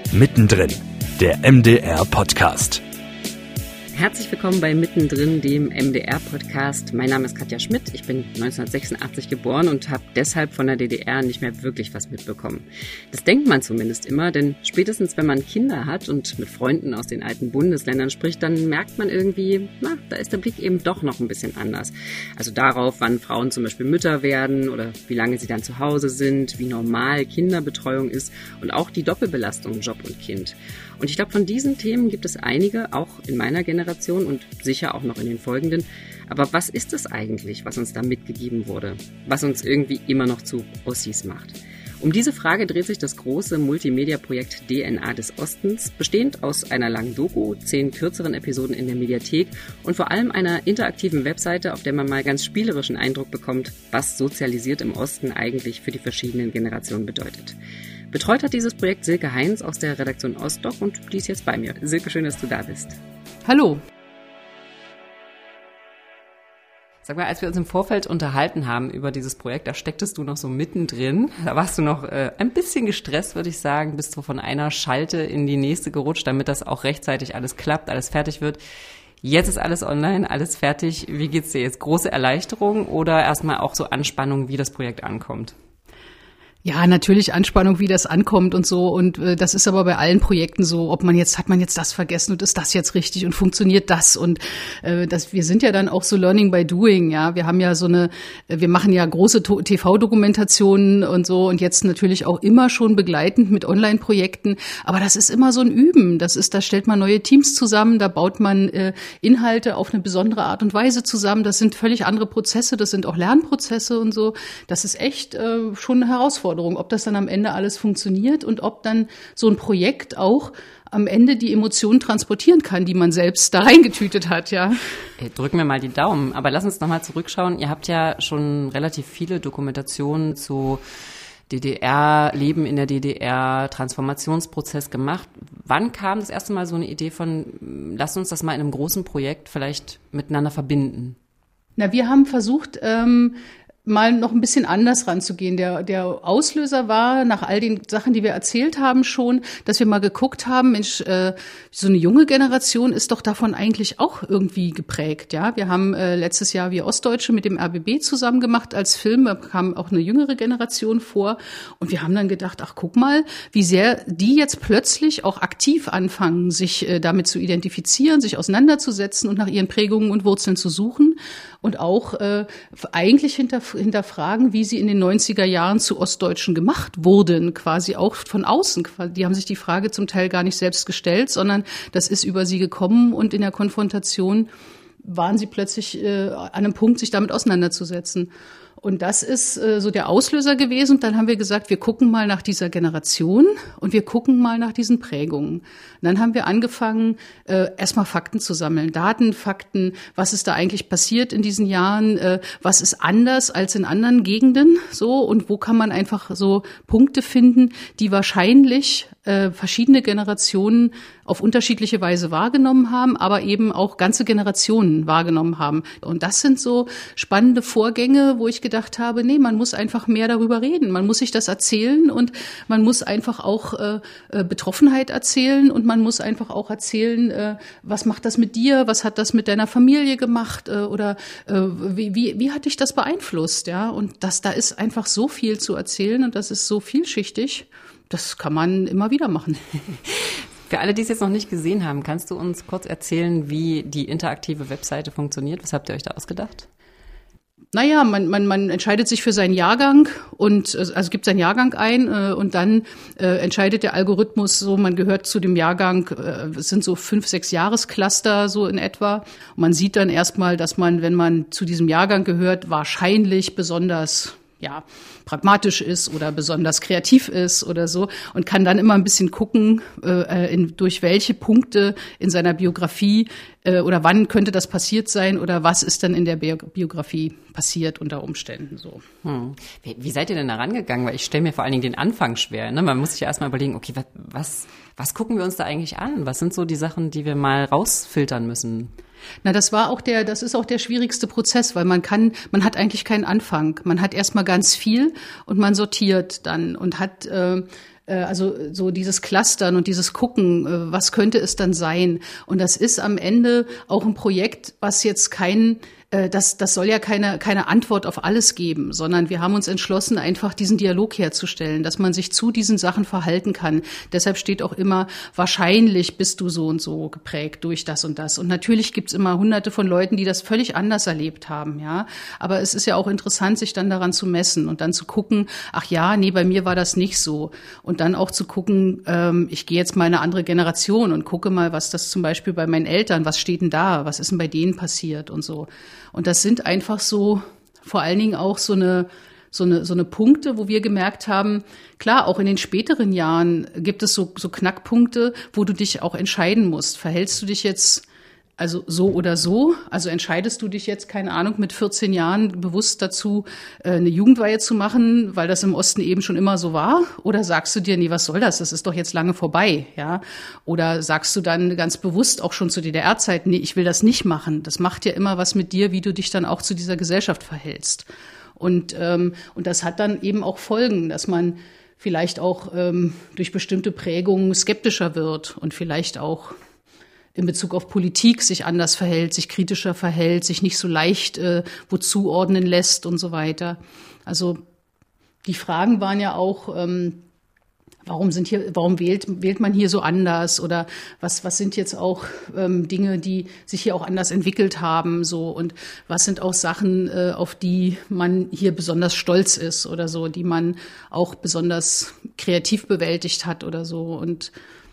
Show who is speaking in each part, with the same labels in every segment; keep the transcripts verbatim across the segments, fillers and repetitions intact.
Speaker 1: Mittendrin, der M D R-Podcast.
Speaker 2: Herzlich willkommen bei Mittendrin, dem M D R-Podcast. Mein Name ist Katja Schmidt, ich bin neunzehnhundertsechsundachtzig geboren und habe deshalb von der D D R nicht mehr wirklich was mitbekommen. Das denkt man zumindest immer, denn spätestens wenn man Kinder hat und mit Freunden aus den alten Bundesländern spricht, dann merkt man irgendwie, na, da ist der Blick eben doch noch ein bisschen anders. Also darauf, wann Frauen zum Beispiel Mütter werden oder wie lange sie dann zu Hause sind, wie normal Kinderbetreuung ist und auch die Doppelbelastung Job und Kind. Und ich glaube, von diesen Themen gibt es einige, auch in meiner Generation und sicher auch noch in den folgenden. Aber was ist es eigentlich, was uns da mitgegeben wurde? Was uns irgendwie immer noch zu Ossis macht? Um diese Frage dreht sich das große Multimedia-Projekt D N A des Ostens, bestehend aus einer langen Doku, zehn kürzeren Episoden in der Mediathek und vor allem einer interaktiven Webseite, auf der man mal ganz spielerischen Eindruck bekommt, was sozialisiert im Osten eigentlich für die verschiedenen Generationen bedeutet. Betreut hat dieses Projekt Silke Heinz aus der Redaktion Ostdoc und die ist jetzt bei mir. Silke, schön, dass du da bist.
Speaker 3: Hallo.
Speaker 2: Sag mal, als wir uns im Vorfeld unterhalten haben über dieses Projekt, da stecktest du noch so mittendrin. Da warst du noch äh, ein bisschen gestresst, würde ich sagen. Bist du von einer Schalte in die nächste gerutscht, damit das auch rechtzeitig alles klappt, alles fertig wird. Jetzt ist alles online, alles fertig. Wie geht's dir jetzt? Große Erleichterung oder erstmal auch so Anspannung, wie das Projekt ankommt?
Speaker 3: Ja, natürlich Anspannung, wie das ankommt und so. Und äh, das ist aber bei allen Projekten so, ob man jetzt, hat man jetzt das vergessen und ist das jetzt richtig und funktioniert das? Und äh, das, wir sind ja dann auch so Learning by Doing, ja. Wir haben ja so eine, wir machen ja große T V-Dokumentationen und so und jetzt natürlich auch immer schon begleitend mit Online-Projekten. Aber das ist immer so ein Üben. Das ist, da stellt man neue Teams zusammen, da baut man äh, Inhalte auf eine besondere Art und Weise zusammen. Das sind völlig andere Prozesse, das sind auch Lernprozesse und so. Das ist echt äh, schon eine Herausforderung. Ob das dann am Ende alles funktioniert und ob dann so ein Projekt auch am Ende die Emotionen transportieren kann, die man selbst da reingetütet hat, ja.
Speaker 2: Hey, drücken wir mal die Daumen. Aber lass uns nochmal zurückschauen. Ihr habt ja schon relativ viele Dokumentationen zu D D R, Leben in der D D R, Transformationsprozess gemacht. Wann kam das erste Mal so eine Idee von, lass uns das mal in einem großen Projekt vielleicht miteinander verbinden?
Speaker 3: Na, wir haben versucht, ähm, mal noch ein bisschen anders ranzugehen. Der, der Auslöser war, nach all den Sachen, die wir erzählt haben schon, dass wir mal geguckt haben, Mensch, äh, so eine junge Generation ist doch davon eigentlich auch irgendwie geprägt, ja. Wir haben äh, letztes Jahr wir Ostdeutsche mit dem R B B zusammen gemacht als Film, da kam auch eine jüngere Generation vor und wir haben dann gedacht, ach, guck mal, wie sehr die jetzt plötzlich auch aktiv anfangen, sich äh, damit zu identifizieren, sich auseinanderzusetzen und nach ihren Prägungen und Wurzeln zu suchen und auch äh, eigentlich hinter hinterfragen, wie sie in den neunziger Jahren zu Ostdeutschen gemacht wurden, quasi auch von außen. Die haben sich die Frage zum Teil gar nicht selbst gestellt, sondern das ist über sie gekommen und in der Konfrontation waren sie plötzlich äh, an einem Punkt, sich damit auseinanderzusetzen. Und das ist äh, so der Auslöser gewesen. Und dann haben wir gesagt, wir gucken mal nach dieser Generation und wir gucken mal nach diesen Prägungen. Und dann haben wir angefangen, äh, erstmal Fakten zu sammeln, Daten, Fakten, was ist da eigentlich passiert in diesen Jahren, äh, was ist anders als in anderen Gegenden, so, und wo kann man einfach so Punkte finden, die wahrscheinlich äh, verschiedene Generationen auf unterschiedliche Weise wahrgenommen haben, aber eben auch ganze Generationen wahrgenommen haben. Und das sind so spannende Vorgänge, wo ich gedacht habe, nee, man muss einfach mehr darüber reden. Man muss sich das erzählen und man muss einfach auch äh, Betroffenheit erzählen und man muss einfach auch erzählen, äh, was macht das mit dir, was hat das mit deiner Familie gemacht äh, oder äh, wie, wie, wie hat dich das beeinflusst, ja? Und das, da ist einfach so viel zu erzählen und das ist so vielschichtig, das kann man immer wieder machen.
Speaker 2: Für alle, die es jetzt noch nicht gesehen haben, kannst du uns kurz erzählen, wie die interaktive Webseite funktioniert? Was habt ihr euch da ausgedacht?
Speaker 3: Naja, man, man, man entscheidet sich für seinen Jahrgang und also gibt seinen Jahrgang ein äh, und dann äh, entscheidet der Algorithmus so, man gehört zu dem Jahrgang, äh, es sind so fünf, sechs Jahrescluster so in etwa. Und man sieht dann erstmal, dass man, wenn man zu diesem Jahrgang gehört, wahrscheinlich besonders ja pragmatisch ist oder besonders kreativ ist oder so und kann dann immer ein bisschen gucken, äh, in, durch welche Punkte in seiner Biografie äh, oder wann könnte das passiert sein oder was ist dann in der Bi- Biografie passiert unter Umständen so.
Speaker 2: Hm. Wie, wie seid ihr denn da rangegangen? Weil ich stelle mir vor allen Dingen den Anfang schwer. Ne? Man muss sich ja erstmal überlegen, okay, was, was, was gucken wir uns da eigentlich an? Was sind so die Sachen, die wir mal rausfiltern müssen?
Speaker 3: Na, das war auch der, das ist auch der schwierigste Prozess, weil man kann, man hat eigentlich keinen Anfang. Man hat erstmal ganz viel und man sortiert dann und hat, äh, Also so dieses Clustern und dieses Gucken, was könnte es dann sein? Und das ist am Ende auch ein Projekt, was jetzt kein Das, das soll ja keine, keine Antwort auf alles geben, sondern wir haben uns entschlossen, einfach diesen Dialog herzustellen, dass man sich zu diesen Sachen verhalten kann. Deshalb steht auch immer, wahrscheinlich bist du so und so geprägt durch das und das. Und natürlich gibt's immer hunderte von Leuten, die das völlig anders erlebt haben, ja. Aber es ist ja auch interessant, sich dann daran zu messen und dann zu gucken, ach ja, nee, bei mir war das nicht so. Und dann auch zu gucken, ähm, ich gehe jetzt mal in eine andere Generation und gucke mal, was das zum Beispiel bei meinen Eltern, was steht denn da, was ist denn bei denen passiert und so. Und das sind einfach so, vor allen Dingen auch so eine, so eine, so eine Punkte, wo wir gemerkt haben, klar, auch in den späteren Jahren gibt es so, so Knackpunkte, wo du dich auch entscheiden musst. Verhältst du dich jetzt also so oder so? Also entscheidest du dich jetzt, keine Ahnung, mit vierzehn Jahren bewusst dazu, eine Jugendweihe zu machen, weil das im Osten eben schon immer so war? Oder sagst du dir, nee, was soll das? Das ist doch jetzt lange vorbei, ja? Oder sagst du dann ganz bewusst auch schon zu D D R-Zeiten, nee, ich will das nicht machen. Das macht ja immer was mit dir, wie du dich dann auch zu dieser Gesellschaft verhältst. Und, ähm, und das hat dann eben auch Folgen, dass man vielleicht auch ähm, durch bestimmte Prägungen skeptischer wird und vielleicht auch in Bezug auf Politik sich anders verhält, sich kritischer verhält, sich nicht so leicht äh, wo zuordnen lässt und so weiter. Also die Fragen waren ja auch, ähm, warum sind hier, warum wählt wählt man hier so anders oder was was sind jetzt auch ähm, Dinge, die sich hier auch anders entwickelt haben, so, und was sind auch Sachen, äh, auf die man hier besonders stolz ist oder so, die man auch besonders kreativ bewältigt hat oder so. Und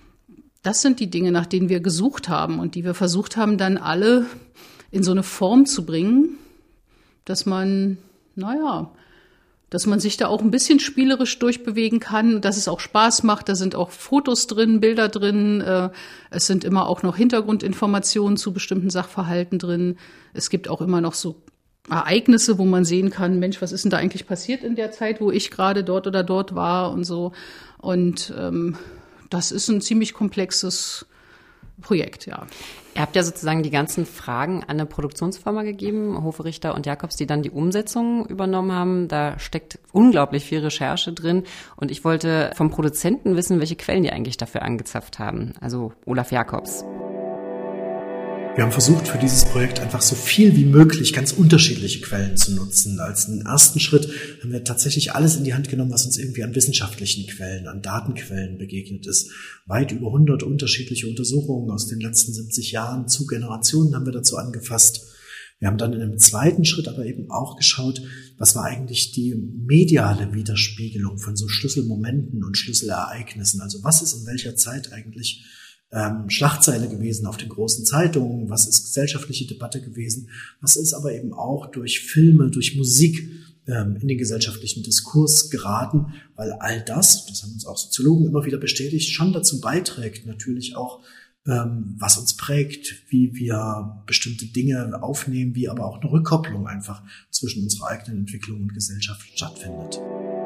Speaker 3: das sind die Dinge, nach denen wir gesucht haben und die wir versucht haben, dann alle in so eine Form zu bringen, dass man, naja, dass man sich da auch ein bisschen spielerisch durchbewegen kann, dass es auch Spaß macht. Da sind auch Fotos drin, Bilder drin. Es sind immer auch noch Hintergrundinformationen zu bestimmten Sachverhalten drin. Es gibt auch immer noch so Ereignisse, wo man sehen kann, Mensch, was ist denn da eigentlich passiert in der Zeit, wo ich gerade dort oder dort war und so. Und ähm, das ist ein ziemlich komplexes Projekt, ja.
Speaker 2: Ihr habt ja sozusagen die ganzen Fragen an eine Produktionsfirma gegeben, Hofe Richter und Jacobs, die dann die Umsetzung übernommen haben. Da steckt unglaublich viel Recherche drin. Und ich wollte vom Produzenten wissen, welche Quellen die eigentlich dafür angezapft haben. Also Olaf Jacobs.
Speaker 4: Wir haben versucht, für dieses Projekt einfach so viel wie möglich ganz unterschiedliche Quellen zu nutzen. Als einen ersten Schritt haben wir tatsächlich alles in die Hand genommen, was uns irgendwie an wissenschaftlichen Quellen, an Datenquellen begegnet ist. Weit über hundert unterschiedliche Untersuchungen aus den letzten siebzig Jahren zu Generationen haben wir dazu angefasst. Wir haben dann in einem zweiten Schritt aber eben auch geschaut, was war eigentlich die mediale Widerspiegelung von so Schlüsselmomenten und Schlüsselereignissen. Also was ist in welcher Zeit eigentlich Ähm, Schlagzeile gewesen auf den großen Zeitungen, was ist gesellschaftliche Debatte gewesen, was ist aber eben auch durch Filme, durch Musik ähm, in den gesellschaftlichen Diskurs geraten, weil all das, das haben uns auch Soziologen immer wieder bestätigt, schon dazu beiträgt, natürlich auch, ähm, was uns prägt, wie wir bestimmte Dinge aufnehmen, wie aber auch eine Rückkopplung einfach zwischen unserer eigenen Entwicklung und Gesellschaft stattfindet.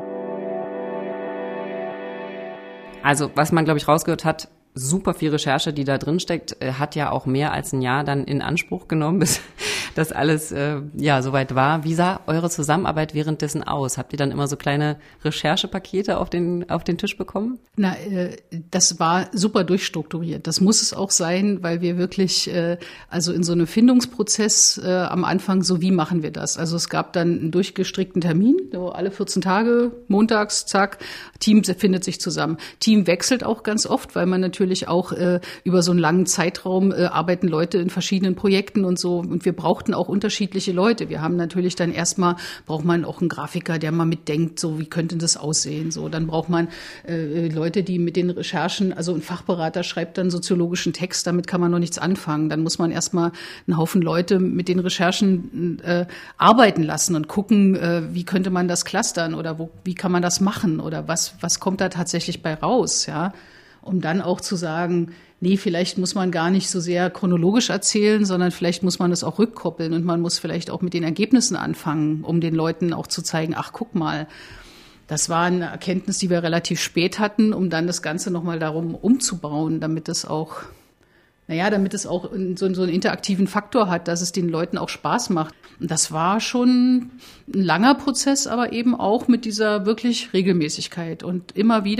Speaker 2: Also, was man, glaube ich, rausgehört hat, super viel Recherche, die da drin steckt, hat ja auch mehr als ein Jahr dann in Anspruch genommen, bis das alles äh, ja soweit war. Wie sah eure Zusammenarbeit währenddessen aus? Habt ihr dann immer so kleine Recherchepakete auf den auf den Tisch bekommen?
Speaker 3: Na, äh, das war super durchstrukturiert. Das muss es auch sein, weil wir wirklich äh, also in so einem Findungsprozess äh, am Anfang so, wie machen wir das? Also es gab dann einen durchgestrickten Termin, so alle vierzehn Tage, montags, zack, Team findet sich zusammen. Team wechselt auch ganz oft, weil man natürlich auch äh, über so einen langen Zeitraum äh, arbeiten Leute in verschiedenen Projekten und so. Und wir brauchten auch unterschiedliche Leute. Wir haben natürlich dann erstmal, braucht man auch einen Grafiker, der mal mitdenkt, so wie könnte das aussehen. So, dann braucht man äh, Leute, die mit den Recherchen, also ein Fachberater schreibt dann soziologischen Text, damit kann man noch nichts anfangen. Dann muss man erstmal einen Haufen Leute mit den Recherchen äh, arbeiten lassen und gucken, äh, wie könnte man das clustern oder wo, wie kann man das machen oder was, was kommt da tatsächlich bei raus, ja. Um dann auch zu sagen, nee, vielleicht muss man gar nicht so sehr chronologisch erzählen, sondern vielleicht muss man das auch rückkoppeln und man muss vielleicht auch mit den Ergebnissen anfangen, um den Leuten auch zu zeigen, ach, guck mal, das war eine Erkenntnis, die wir relativ spät hatten, um dann das Ganze nochmal darum umzubauen, damit es auch, naja, damit es auch so, so einen interaktiven Faktor hat, dass es den Leuten auch Spaß macht. Und das war schon ein langer Prozess, aber eben auch mit dieser wirklich Regelmäßigkeit und immer wieder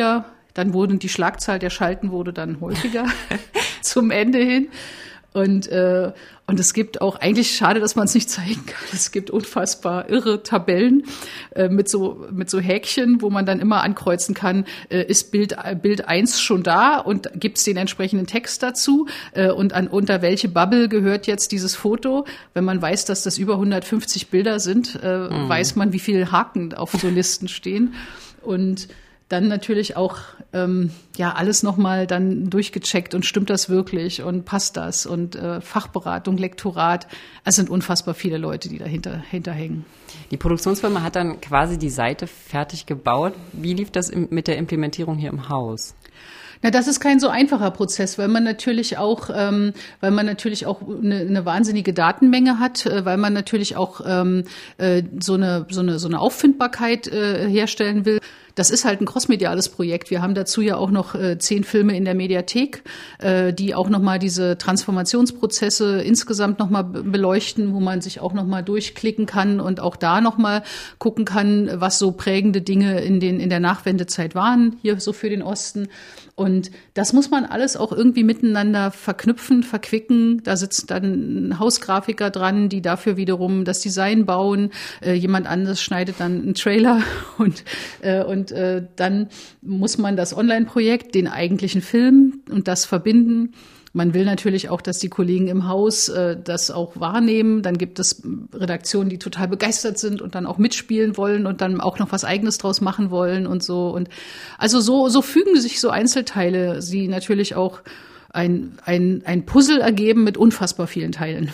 Speaker 3: Dann wurden die Schlagzahl der Schalten wurde dann häufiger zum Ende hin. Und, äh, und es gibt auch, eigentlich schade, dass man es nicht zeigen kann, es gibt unfassbar irre Tabellen äh, mit so mit so Häkchen, wo man dann immer ankreuzen kann, äh, ist Bild Bild eins schon da und gibt's den entsprechenden Text dazu äh, und an unter welche Bubble gehört jetzt dieses Foto. Wenn man weiß, dass das über hundertfünfzig Bilder sind, äh, mhm. weiß man, wie viele Haken auf so Listen stehen. Und dann natürlich auch ähm, ja alles nochmal dann durchgecheckt und stimmt das wirklich und passt das und äh, Fachberatung, Lektorat. Es sind unfassbar viele Leute, die dahinter hinterhängen.
Speaker 2: Die Produktionsfirma hat dann quasi die Seite fertig gebaut. Wie lief das im, mit der Implementierung hier im Haus?
Speaker 3: Na, das ist kein so einfacher Prozess, weil man natürlich auch, ähm, weil man natürlich auch eine, eine wahnsinnige Datenmenge hat, äh, weil man natürlich auch ähm, äh, so eine so eine so eine Auffindbarkeit äh, herstellen will. Das ist halt ein crossmediales Projekt. Wir haben dazu ja auch noch äh, zehn Filme in der Mediathek, äh, die auch nochmal diese Transformationsprozesse insgesamt nochmal beleuchten, wo man sich auch nochmal durchklicken kann und auch da nochmal gucken kann, was so prägende Dinge in den in der Nachwendezeit waren, hier so für den Osten. Und das muss man alles auch irgendwie miteinander verknüpfen, verquicken. Da sitzt dann ein Hausgrafiker dran, die dafür wiederum das Design bauen. Äh, jemand anderes schneidet dann einen Trailer und äh, und äh, dann muss man das Online-Projekt, den eigentlichen Film und das verbinden. Man will natürlich auch, dass die Kollegen im Haus äh, das auch wahrnehmen. Dann gibt es Redaktionen, die total begeistert sind und dann auch mitspielen wollen und dann auch noch was Eigenes draus machen wollen und so. Und also so, so fügen sich so Einzelteile, die natürlich auch ein, ein, ein Puzzle ergeben mit unfassbar vielen Teilen.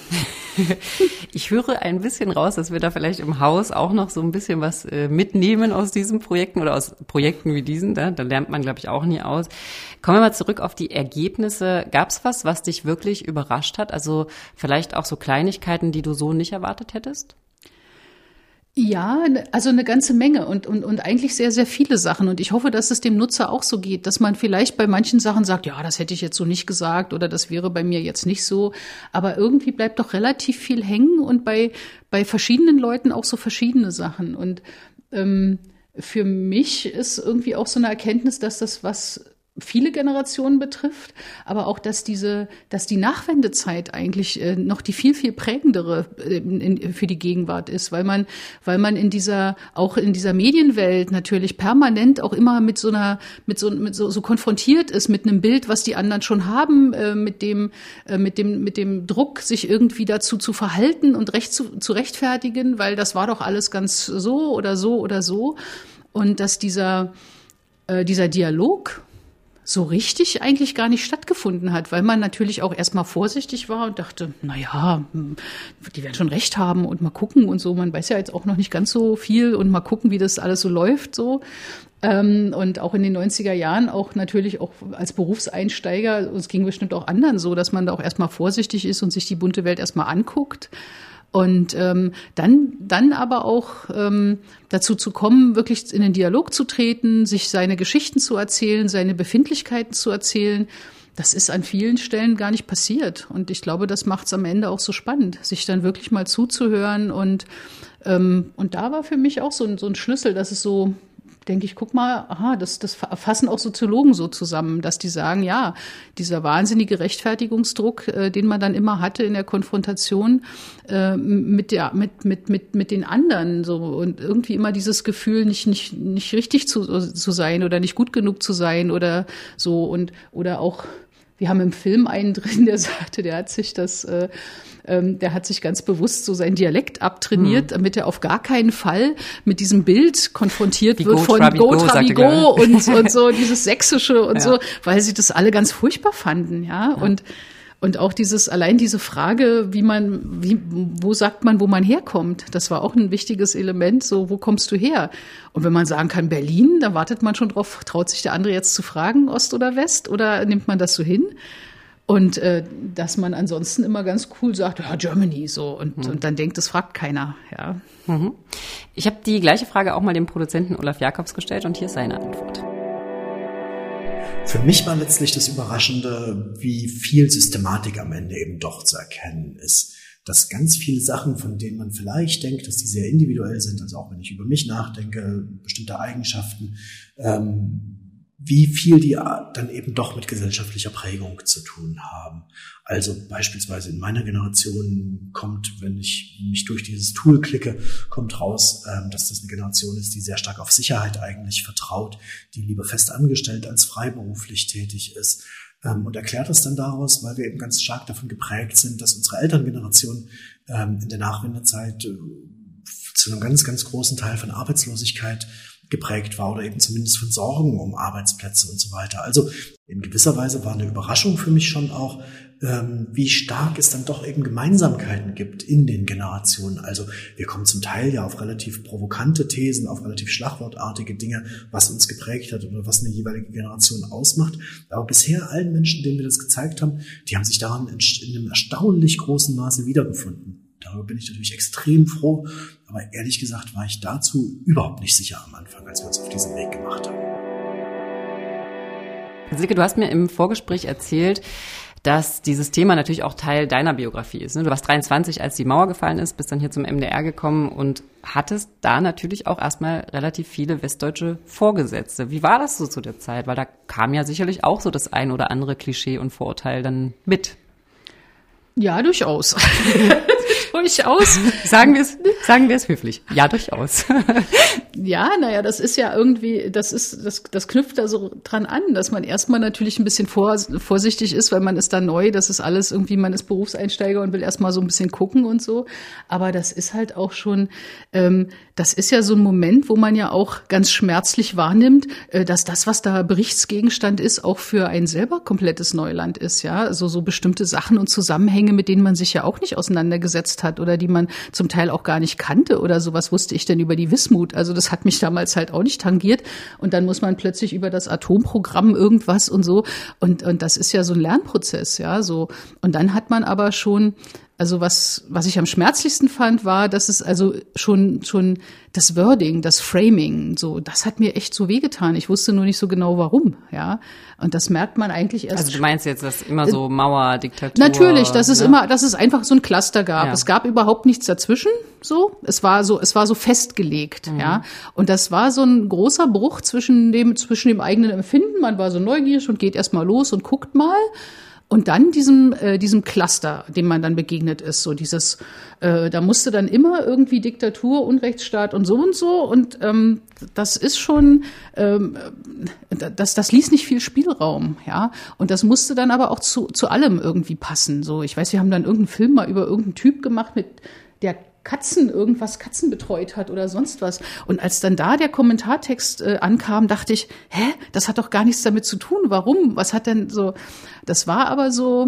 Speaker 2: Ich höre ein bisschen raus, dass wir da vielleicht im Haus auch noch so ein bisschen was äh, mitnehmen aus diesen Projekten oder aus Projekten wie diesen. Da, da lernt man, glaube ich, auch nie aus. Kommen wir mal zurück auf die Ergebnisse. Gab es was, was dich wirklich überrascht hat? Also vielleicht auch so Kleinigkeiten, die du so nicht erwartet hättest?
Speaker 3: Ja, also eine ganze Menge und, und, und eigentlich sehr, sehr viele Sachen. Und ich hoffe, dass es dem Nutzer auch so geht, dass man vielleicht bei manchen Sachen sagt, ja, das hätte ich jetzt so nicht gesagt oder das wäre bei mir jetzt nicht so. Aber irgendwie bleibt doch relativ viel hängen und bei, bei verschiedenen Leuten auch so verschiedene Sachen. Und ähm, für mich ist irgendwie auch so eine Erkenntnis, dass das was viele Generationen betrifft, aber auch, dass diese, dass die Nachwendezeit eigentlich äh, noch die viel, viel prägendere äh, in, in, für die Gegenwart ist, weil man, weil man in dieser, auch in dieser Medienwelt natürlich permanent auch immer mit so einer, mit so, mit so, so konfrontiert ist mit einem Bild, was die anderen schon haben, äh, mit dem, äh, mit dem, mit dem Druck, sich irgendwie dazu zu verhalten und recht zu, zu rechtfertigen, weil das war doch alles ganz so oder so oder so. Und dass dieser, äh, dieser Dialog so richtig eigentlich gar nicht stattgefunden hat, weil man natürlich auch erstmal vorsichtig war und dachte, na ja, die werden schon recht haben und mal gucken und so. Man weiß ja jetzt auch noch nicht ganz so viel und mal gucken, wie das alles so läuft so. Und auch in den neunziger Jahren auch natürlich auch als Berufseinsteiger, es ging bestimmt auch anderen so, dass man da auch erstmal vorsichtig ist und sich die bunte Welt erstmal anguckt. Und ähm, dann, dann aber auch ähm, dazu zu kommen, wirklich in den Dialog zu treten, sich seine Geschichten zu erzählen, seine Befindlichkeiten zu erzählen. Das ist an vielen Stellen gar nicht passiert. Und ich glaube, das macht es am Ende auch so spannend, sich dann wirklich mal zuzuhören. Und, ähm, und da war für mich auch so ein, so ein Schlüssel, dass es so, denke ich, guck mal, aha, das, das fassen auch Soziologen so zusammen, dass die sagen, ja, dieser wahnsinnige Rechtfertigungsdruck, äh, den man dann immer hatte in der Konfrontation äh, mit der, mit, mit, mit, mit den anderen, so, und irgendwie immer dieses Gefühl, nicht, nicht, nicht richtig zu, zu sein oder nicht gut genug zu sein oder so, und, oder auch, wir haben im Film einen drin, der sagte, der hat sich das, äh, ähm, der hat sich ganz bewusst so seinen Dialekt abtrainiert, mhm. damit er auf gar keinen Fall mit diesem Bild konfrontiert
Speaker 2: Wie
Speaker 3: wird
Speaker 2: Go,
Speaker 3: von
Speaker 2: Trabigo,
Speaker 3: Go, Trabigo und, und so, dieses Sächsische und
Speaker 2: ja.
Speaker 3: so, weil sie das alle ganz furchtbar fanden, ja, ja. und Und auch dieses, allein diese Frage, wie man, wie, wo sagt man, wo man herkommt, das war auch ein wichtiges Element, so, wo kommst du her? Und wenn man sagen kann, Berlin, da wartet man schon drauf, traut sich der andere jetzt zu fragen, Ost oder West, oder nimmt man das so hin? Und äh, dass man ansonsten immer ganz cool sagt, ja, Germany, so, und, mhm. und dann denkt, das fragt keiner, ja.
Speaker 2: Mhm. Ich habe die gleiche Frage auch mal dem Produzenten Olaf Jacobs gestellt und hier ist seine Antwort.
Speaker 4: Für mich war letztlich das Überraschende, wie viel Systematik am Ende eben doch zu erkennen ist. Dass ganz viele Sachen, von denen man vielleicht denkt, dass die sehr individuell sind, also auch wenn ich über mich nachdenke, bestimmte Eigenschaften, ähm, wie viel die dann eben doch mit gesellschaftlicher Prägung zu tun haben. Also beispielsweise in meiner Generation kommt, wenn ich mich durch dieses Tool klicke, kommt raus, dass das eine Generation ist, die sehr stark auf Sicherheit eigentlich vertraut, die lieber fest angestellt als freiberuflich tätig ist. Und erklärt das dann daraus, weil wir eben ganz stark davon geprägt sind, dass unsere Elterngeneration in der Nachwendezeit zu einem ganz, ganz großen Teil von Arbeitslosigkeit geprägt war oder eben zumindest von Sorgen um Arbeitsplätze und so weiter. Also in gewisser Weise war eine Überraschung für mich schon auch, ähm, wie stark es dann doch eben Gemeinsamkeiten gibt in den Generationen. Also wir kommen zum Teil ja auf relativ provokante Thesen, auf relativ schlagwortartige Dinge, was uns geprägt hat oder was eine jeweilige Generation ausmacht. Aber bisher allen Menschen, denen wir das gezeigt haben, die haben sich daran in, in einem erstaunlich großen Maße wiedergefunden. Darüber bin ich natürlich extrem froh, aber ehrlich gesagt war ich dazu überhaupt nicht sicher am Anfang, als wir uns auf diesen Weg gemacht haben.
Speaker 2: Silke, du hast mir im Vorgespräch erzählt, dass dieses Thema natürlich auch Teil deiner Biografie ist. Du warst dreiundzwanzig, als die Mauer gefallen ist, bist dann hier zum M D R gekommen und hattest da natürlich auch erstmal relativ viele westdeutsche Vorgesetzte. Wie war das so zu der Zeit? Weil da kam ja sicherlich auch so das ein oder andere Klischee und Vorurteil dann mit.
Speaker 3: Ja, durchaus. Durchaus.
Speaker 2: Sagen wir es, sagen wir es höflich. Ja, durchaus.
Speaker 3: Ja, naja, das ist ja irgendwie, das ist, das, das knüpft da so dran an, dass man erstmal natürlich ein bisschen vor, vorsichtig ist, weil man ist da neu, das ist alles irgendwie, man ist Berufseinsteiger und will erstmal so ein bisschen gucken und so. Aber das ist halt auch schon, ähm, das ist ja so ein Moment, wo man ja auch ganz schmerzlich wahrnimmt, äh, dass das, was da Berichtsgegenstand ist, auch für einen selber komplettes Neuland ist, ja. Also so bestimmte Sachen und Zusammenhänge, mit denen man sich ja auch nicht auseinandergesetzt hat oder die man zum Teil auch gar nicht kannte oder so. Was wusste ich denn über die Wismut? Also das hat mich damals halt auch nicht tangiert. Und dann muss man plötzlich über das Atomprogramm irgendwas und so. Und, und das ist ja so ein Lernprozess, ja, so. Und dann hat man aber schon, also was, was ich am schmerzlichsten fand, war, dass es also schon, schon das Wording, das Framing, so, das hat mir echt so wehgetan. Ich wusste nur nicht so genau, warum, ja. Und das merkt man eigentlich erst.
Speaker 2: Also du meinst jetzt, dass immer so Mauer, Diktatur.
Speaker 3: Natürlich, dass es
Speaker 2: ne?
Speaker 3: immer, dass es einfach so ein Cluster gab.
Speaker 2: Ja.
Speaker 3: Es gab überhaupt nichts dazwischen, so. Es war so, es war so festgelegt, mhm. ja. Und das war so ein großer Bruch zwischen dem, zwischen dem eigenen Empfinden. Man war so neugierig und geht erst mal los und guckt mal. Und dann diesem äh, diesem Cluster, dem man dann begegnet ist, so dieses, äh, da musste dann immer irgendwie Diktatur, Unrechtsstaat und so und so. Und ähm, das ist schon, ähm, das das ließ nicht viel Spielraum, ja. Und das musste dann aber auch zu zu allem irgendwie passen. So, ich weiß, wir haben dann irgendeinen Film mal über irgendeinen Typ gemacht, mit der Katzen, irgendwas Katzen betreut hat oder sonst was. Und als dann da der Kommentartext äh, ankam, dachte ich, hä, das hat doch gar nichts damit zu tun. Warum? Was hat denn so, das war aber so,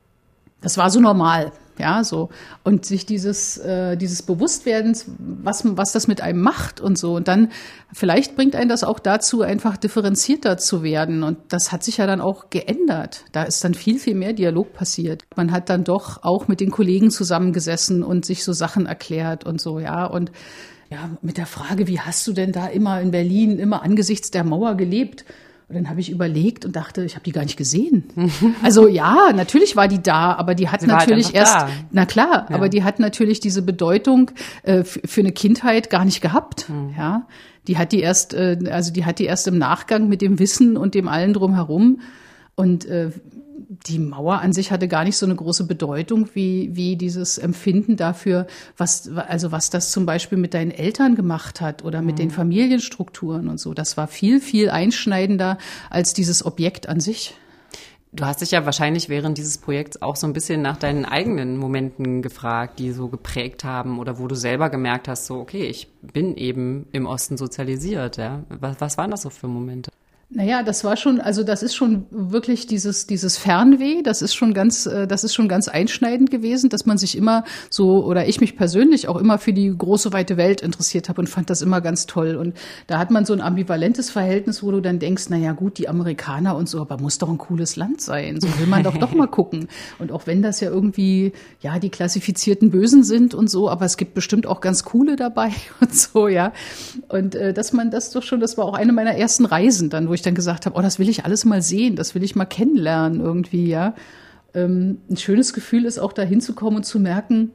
Speaker 3: das war so normal, ja, so. Und sich dieses, äh, dieses Bewusstwerdens, was, was das mit einem macht und so. Und dann, vielleicht bringt einen das auch dazu, einfach differenzierter zu werden. Und das hat sich ja dann auch geändert. Da ist dann viel, viel mehr Dialog passiert. Man hat dann doch auch mit den Kollegen zusammengesessen und sich so Sachen erklärt und so, ja. Und ja, mit der Frage, wie hast du denn da immer in Berlin, immer angesichts der Mauer gelebt? Und dann habe ich überlegt und dachte, ich habe die gar nicht gesehen. Also ja, natürlich war die da, aber die hat
Speaker 2: Sie war
Speaker 3: natürlich
Speaker 2: halt
Speaker 3: erst,
Speaker 2: da.
Speaker 3: na klar,
Speaker 2: Ja.
Speaker 3: aber die hat natürlich diese Bedeutung äh, f- für eine Kindheit gar nicht gehabt.
Speaker 2: Mhm.
Speaker 3: Ja, die hat die erst, äh, also die hat die erst im Nachgang mit dem Wissen und dem allen drumherum. Und äh, die Mauer an sich hatte gar nicht so eine große Bedeutung wie wie dieses Empfinden dafür, was also was das zum Beispiel mit deinen Eltern gemacht hat oder mit mhm. den Familienstrukturen und so. Das war viel viel einschneidender als dieses Objekt an sich.
Speaker 2: Du hast dich ja wahrscheinlich während dieses Projekts auch so ein bisschen nach deinen eigenen Momenten gefragt, die so geprägt haben oder wo du selber gemerkt hast, so okay, ich bin eben im Osten sozialisiert. Ja, was, was waren das so für Momente?
Speaker 3: Naja, das war schon, also das ist schon wirklich dieses dieses Fernweh, das ist schon ganz, äh, das ist schon ganz einschneidend gewesen, dass man sich immer so, oder ich mich persönlich auch immer für die große, weite Welt interessiert habe und fand das immer ganz toll. Und da hat man so ein ambivalentes Verhältnis, wo du dann denkst, naja gut, die Amerikaner und so, aber muss doch ein cooles Land sein, so will man doch doch mal gucken. Und auch wenn das ja irgendwie, ja, die klassifizierten Bösen sind und so, aber es gibt bestimmt auch ganz coole dabei und so, ja. Und äh, dass man das doch schon, das war auch eine meiner ersten Reisen dann, wo ich dann gesagt habe, oh, das will ich alles mal sehen, das will ich mal kennenlernen irgendwie, ja. Ähm, ein schönes Gefühl ist auch da hinzukommen und zu merken,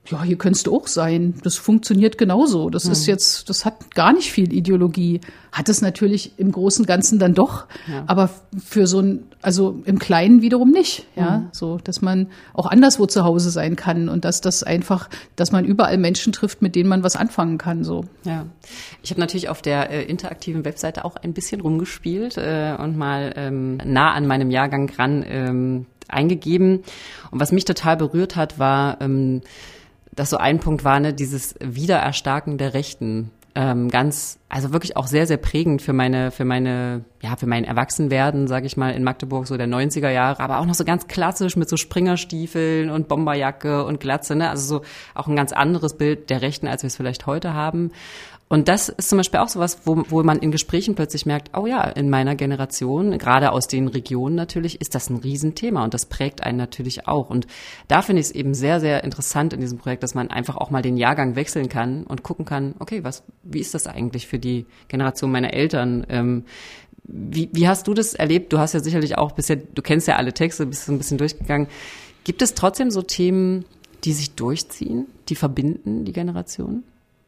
Speaker 3: ja, hier könntest du auch sein. Das funktioniert genauso. Das mhm. ist jetzt, das hat gar nicht viel Ideologie. Hat es natürlich im Großen und Ganzen dann doch, ja. aber für so ein, also im Kleinen wiederum nicht, ja, mhm. so, dass man auch anderswo zu Hause sein kann und dass das einfach, dass man überall Menschen trifft, mit denen man was anfangen kann, so.
Speaker 2: Ja, ich habe natürlich auf der äh, interaktiven Webseite auch ein bisschen rumgespielt äh, und mal ähm, nah an meinem Jahrgang ran ähm, eingegeben. Und was mich total berührt hat, war, ähm, dass so ein Punkt war, ne, dieses Wiedererstarken der Rechten. Ähm, ganz, also wirklich auch sehr, sehr prägend für meine, für meine, ja, für mein Erwachsenwerden, sage ich mal, in Magdeburg so der neunziger Jahre, aber auch noch so ganz klassisch mit so Springerstiefeln und Bomberjacke und Glatze, ne, also so auch ein ganz anderes Bild der Rechten, als wir es vielleicht heute haben. Und das ist zum Beispiel auch sowas, wo, wo man in Gesprächen plötzlich merkt, oh ja, in meiner Generation, gerade aus den Regionen natürlich, ist das ein Riesenthema und das prägt einen natürlich auch. Und da finde ich es eben sehr, sehr interessant in diesem Projekt, dass man einfach auch mal den Jahrgang wechseln kann und gucken kann, okay, was, wie ist das eigentlich für die Generation meiner Eltern? Ähm, wie, wie hast du das erlebt? Du hast ja sicherlich auch bisher, du kennst ja alle Texte, bist so ein bisschen durchgegangen. Gibt es trotzdem so Themen, die sich durchziehen, die verbinden, die Generationen?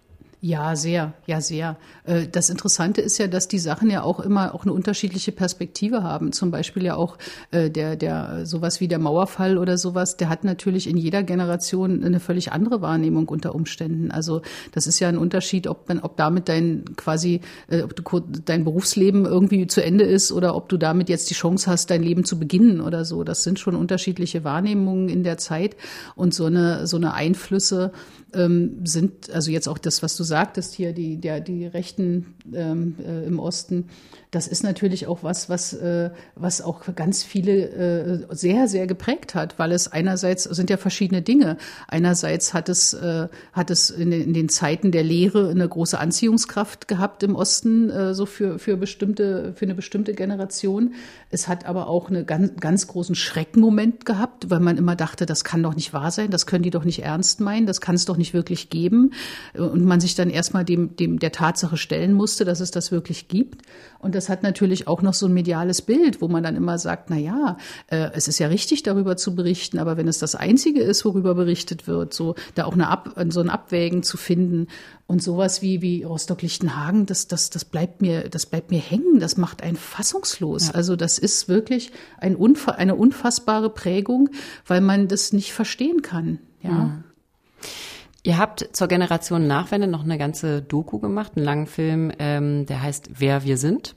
Speaker 3: Ja, sehr, ja, sehr. Das Interessante ist ja, dass die Sachen ja auch immer auch eine unterschiedliche Perspektive haben. Zum Beispiel ja auch der, der, sowas wie der Mauerfall oder sowas, der hat natürlich in jeder Generation eine völlig andere Wahrnehmung unter Umständen. Also, das ist ja ein Unterschied, ob man, ob damit dein quasi, ob du, dein Berufsleben irgendwie zu Ende ist oder ob du damit jetzt die Chance hast, dein Leben zu beginnen oder so. Das sind schon unterschiedliche Wahrnehmungen in der Zeit und so eine, so eine Einflüsse, ähm, sind, also jetzt auch das, was du sagtest hier, die, der, die Rechten ähm, äh, im Osten, das ist natürlich auch was, was, äh, was auch ganz viele äh, sehr, sehr geprägt hat, weil es einerseits sind ja verschiedene Dinge. Einerseits hat es, äh, hat es in den, in den Zeiten der Lehre eine große Anziehungskraft gehabt im Osten, äh, so für, für bestimmte, für eine bestimmte Generation. Es hat aber auch einen ganz, ganz großen Schreckmoment gehabt, weil man immer dachte, das kann doch nicht wahr sein, das können die doch nicht ernst meinen, das kann es doch nicht wirklich geben. Und man sich dann erstmal dem, dem, der Tatsache stellen musste, dass es das wirklich gibt. Und das hat natürlich auch noch so ein mediales Bild, wo man dann immer sagt, na ja, äh, es ist ja richtig, darüber zu berichten, aber wenn es das Einzige ist, worüber berichtet wird, so da auch eine Ab, so ein Abwägen zu finden und sowas wie wie Rostock-Lichtenhagen, das das das bleibt mir das bleibt mir hängen, das macht einen fassungslos. Ja. Also das ist wirklich ein Unfa- eine unfassbare Prägung, weil man das nicht verstehen kann. Ja. Mhm.
Speaker 2: Ihr habt zur Generation Nachwende noch eine ganze Doku gemacht, einen langen Film, ähm, der heißt Wer wir sind.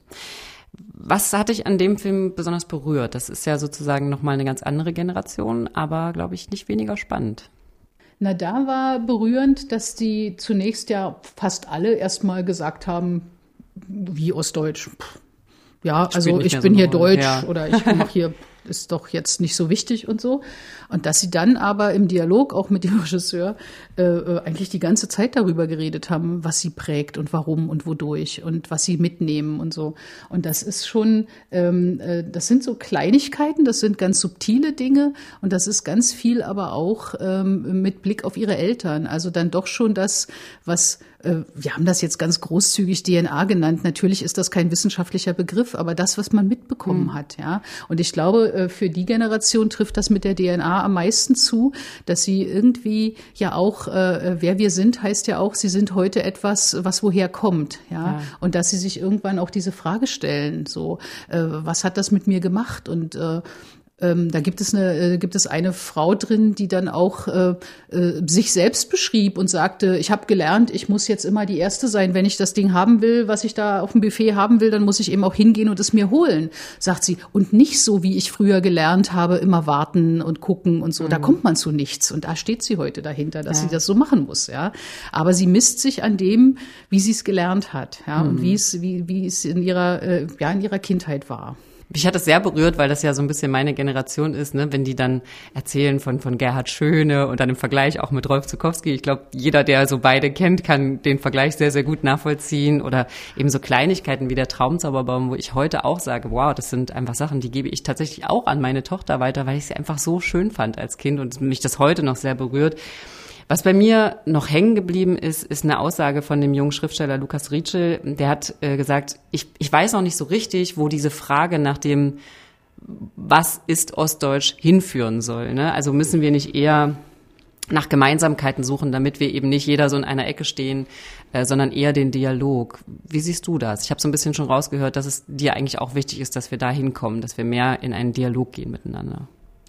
Speaker 2: Was hat dich an dem Film besonders berührt? Das ist ja sozusagen nochmal eine ganz andere Generation, aber, glaube ich, nicht weniger spannend.
Speaker 3: Na, da war berührend, dass die zunächst ja fast alle erstmal gesagt haben, wie Ostdeutsch. Ja, also ich bin so hier Deutsch ja. oder ich mache hier, ist doch jetzt nicht so wichtig und so. Und dass sie dann aber im Dialog auch mit dem Regisseur äh, eigentlich die ganze Zeit darüber geredet haben, was sie prägt und warum und wodurch und was sie mitnehmen und so. Und das ist schon, ähm, äh, das sind so Kleinigkeiten, das sind ganz subtile Dinge und das ist ganz viel aber auch ähm, mit Blick auf ihre Eltern. Also dann doch schon das, was wir haben das jetzt ganz großzügig D N A genannt. Natürlich ist das kein wissenschaftlicher Begriff, aber das, was man mitbekommen mhm. hat, ja. Und ich glaube, für die Generation trifft das mit der D N A am meisten zu, dass sie irgendwie ja auch, äh, wer wir sind, heißt ja auch, sie sind heute etwas, was woher kommt, ja. ja. Und dass sie sich irgendwann auch diese Frage stellen, so, äh, was hat das mit mir gemacht? Und äh, Ähm, da gibt es eine, äh, gibt es eine Frau drin, die dann auch äh, äh, sich selbst beschrieb und sagte, ich habe gelernt, ich muss jetzt immer die Erste sein. Wenn ich das Ding haben will, was ich da auf dem Buffet haben will, dann muss ich eben auch hingehen und es mir holen, sagt sie. Und nicht so, wie ich früher gelernt habe, immer warten und gucken und so. Mhm. Da kommt man zu nichts. Und da steht sie heute dahinter, dass ja. sie das so machen muss. Ja, aber sie misst sich an dem, wie sie es gelernt hat, ja, mhm. und wie es, wie, wie es in ihrer, äh, ja, in ihrer Kindheit war.
Speaker 2: Mich hat das sehr berührt, weil das ja so ein bisschen meine Generation ist, ne, wenn die dann erzählen von von Gerhard Schöne und dann im Vergleich auch mit Rolf Zuckowski. Ich glaube, jeder, der so beide kennt, kann den Vergleich sehr, sehr gut nachvollziehen. Oder eben so Kleinigkeiten wie der Traumzauberbaum, wo ich heute auch sage, wow, das sind einfach Sachen, die gebe ich tatsächlich auch an meine Tochter weiter, weil ich sie einfach so schön fand als Kind und mich das heute noch sehr berührt. Was bei mir noch hängen geblieben ist, ist eine Aussage von dem jungen Schriftsteller Lukas Rietschel. Der hat äh, gesagt, ich, ich weiß noch nicht so richtig, wo diese Frage nach dem, was ist Ostdeutsch, hinführen soll. Ne? Also müssen wir nicht eher nach Gemeinsamkeiten suchen, damit wir eben nicht jeder so in einer Ecke stehen, äh, sondern eher den Dialog. Wie siehst du das? Ich habe so ein bisschen schon rausgehört, dass es dir eigentlich auch wichtig ist, dass wir da hinkommen, dass wir mehr in einen Dialog gehen miteinander.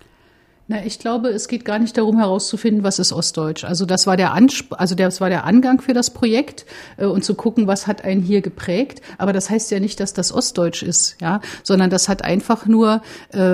Speaker 3: Na, ich glaube, es geht gar nicht darum herauszufinden, was ist Ostdeutsch. Also das war der Ansp- also das war der Angang für das Projekt äh, und zu gucken, was hat einen hier geprägt. Aber das heißt ja nicht, dass das Ostdeutsch ist, ja, sondern das hat einfach nur,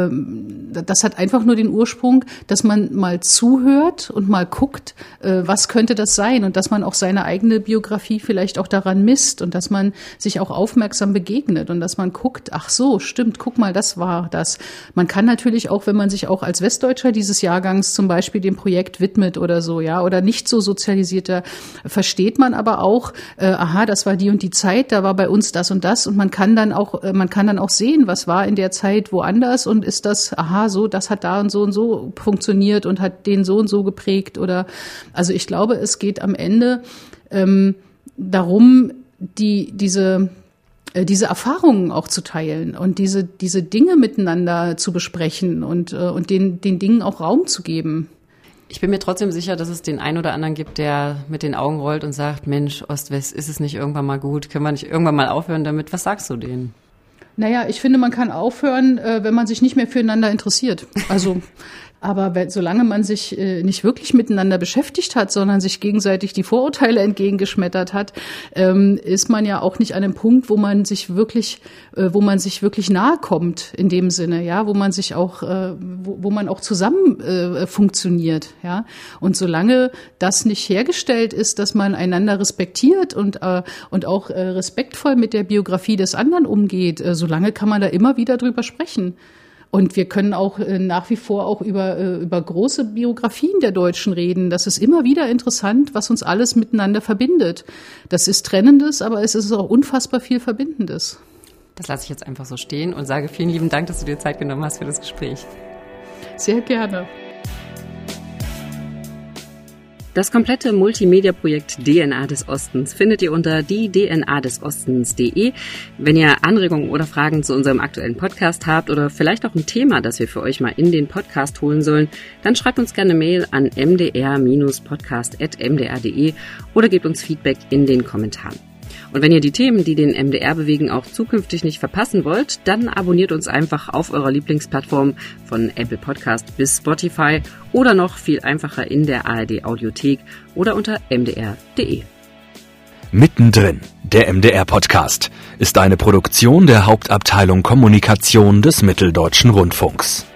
Speaker 3: ähm, das hat einfach nur den Ursprung, dass man mal zuhört und mal guckt, äh, was könnte das sein und dass man auch seine eigene Biografie vielleicht auch daran misst und dass man sich auch aufmerksam begegnet und dass man guckt, ach so, stimmt, guck mal, das war das. Man kann natürlich auch, wenn man sich auch als Westdeutscher dieses Jahrgangs zum Beispiel dem Projekt widmet oder so, ja, oder nicht so sozialisierter, versteht man aber auch, äh, aha, das war die und die Zeit, da war bei uns das und das und man kann dann auch, äh, man kann dann auch sehen, was war in der Zeit woanders und ist das, aha, so, das hat da und so und so funktioniert und hat den so und so geprägt oder, also ich glaube, es geht am Ende ähm, darum, die, diese, diese Erfahrungen auch zu teilen und diese, diese Dinge miteinander zu besprechen und, und den, den Dingen auch Raum zu geben.
Speaker 2: Ich bin mir trotzdem sicher, dass es den einen oder anderen gibt, der mit den Augen rollt und sagt, Mensch, Ost-West, ist es nicht irgendwann mal gut? Können wir nicht irgendwann mal aufhören damit? Was sagst du denen?
Speaker 3: Naja, ich finde, man kann aufhören, wenn man sich nicht mehr füreinander interessiert. Also, aber wenn, solange man sich äh, nicht wirklich miteinander beschäftigt hat, sondern sich gegenseitig die Vorurteile entgegengeschmettert hat, ähm, ist man ja auch nicht an einem Punkt, wo man sich wirklich, äh, wo man sich wirklich nahe kommt in dem Sinne, ja, wo man sich auch, äh, wo, wo man auch zusammen äh, funktioniert, ja. Und solange das nicht hergestellt ist, dass man einander respektiert und äh, und auch äh, respektvoll mit der Biografie des anderen umgeht, äh, solange kann man da immer wieder drüber sprechen. Und wir können auch äh, nach wie vor auch über, äh, über große Biografien der Deutschen reden. Das ist immer wieder interessant, was uns alles miteinander verbindet. Das ist Trennendes, aber es ist auch unfassbar viel Verbindendes.
Speaker 2: Das lasse ich jetzt einfach so stehen und sage vielen lieben Dank, dass du dir Zeit genommen hast für das Gespräch.
Speaker 3: Sehr gerne.
Speaker 2: Das komplette Multimedia-Projekt D N A des Ostens findet ihr unter die d n a des ostens punkt de. Wenn ihr Anregungen oder Fragen zu unserem aktuellen Podcast habt oder vielleicht auch ein Thema, das wir für euch mal in den Podcast holen sollen, dann schreibt uns gerne eine Mail an m d r podcast at m d r punkt de oder gebt uns Feedback in den Kommentaren. Und wenn ihr die Themen, die den M D R bewegen, auch zukünftig nicht verpassen wollt, dann abonniert uns einfach auf eurer Lieblingsplattform von Apple Podcast bis Spotify oder noch viel einfacher in der A R D Audiothek oder unter m d r punkt de.
Speaker 1: Mittendrin, der M D R-Podcast, ist eine Produktion der Hauptabteilung Kommunikation des Mitteldeutschen Rundfunks.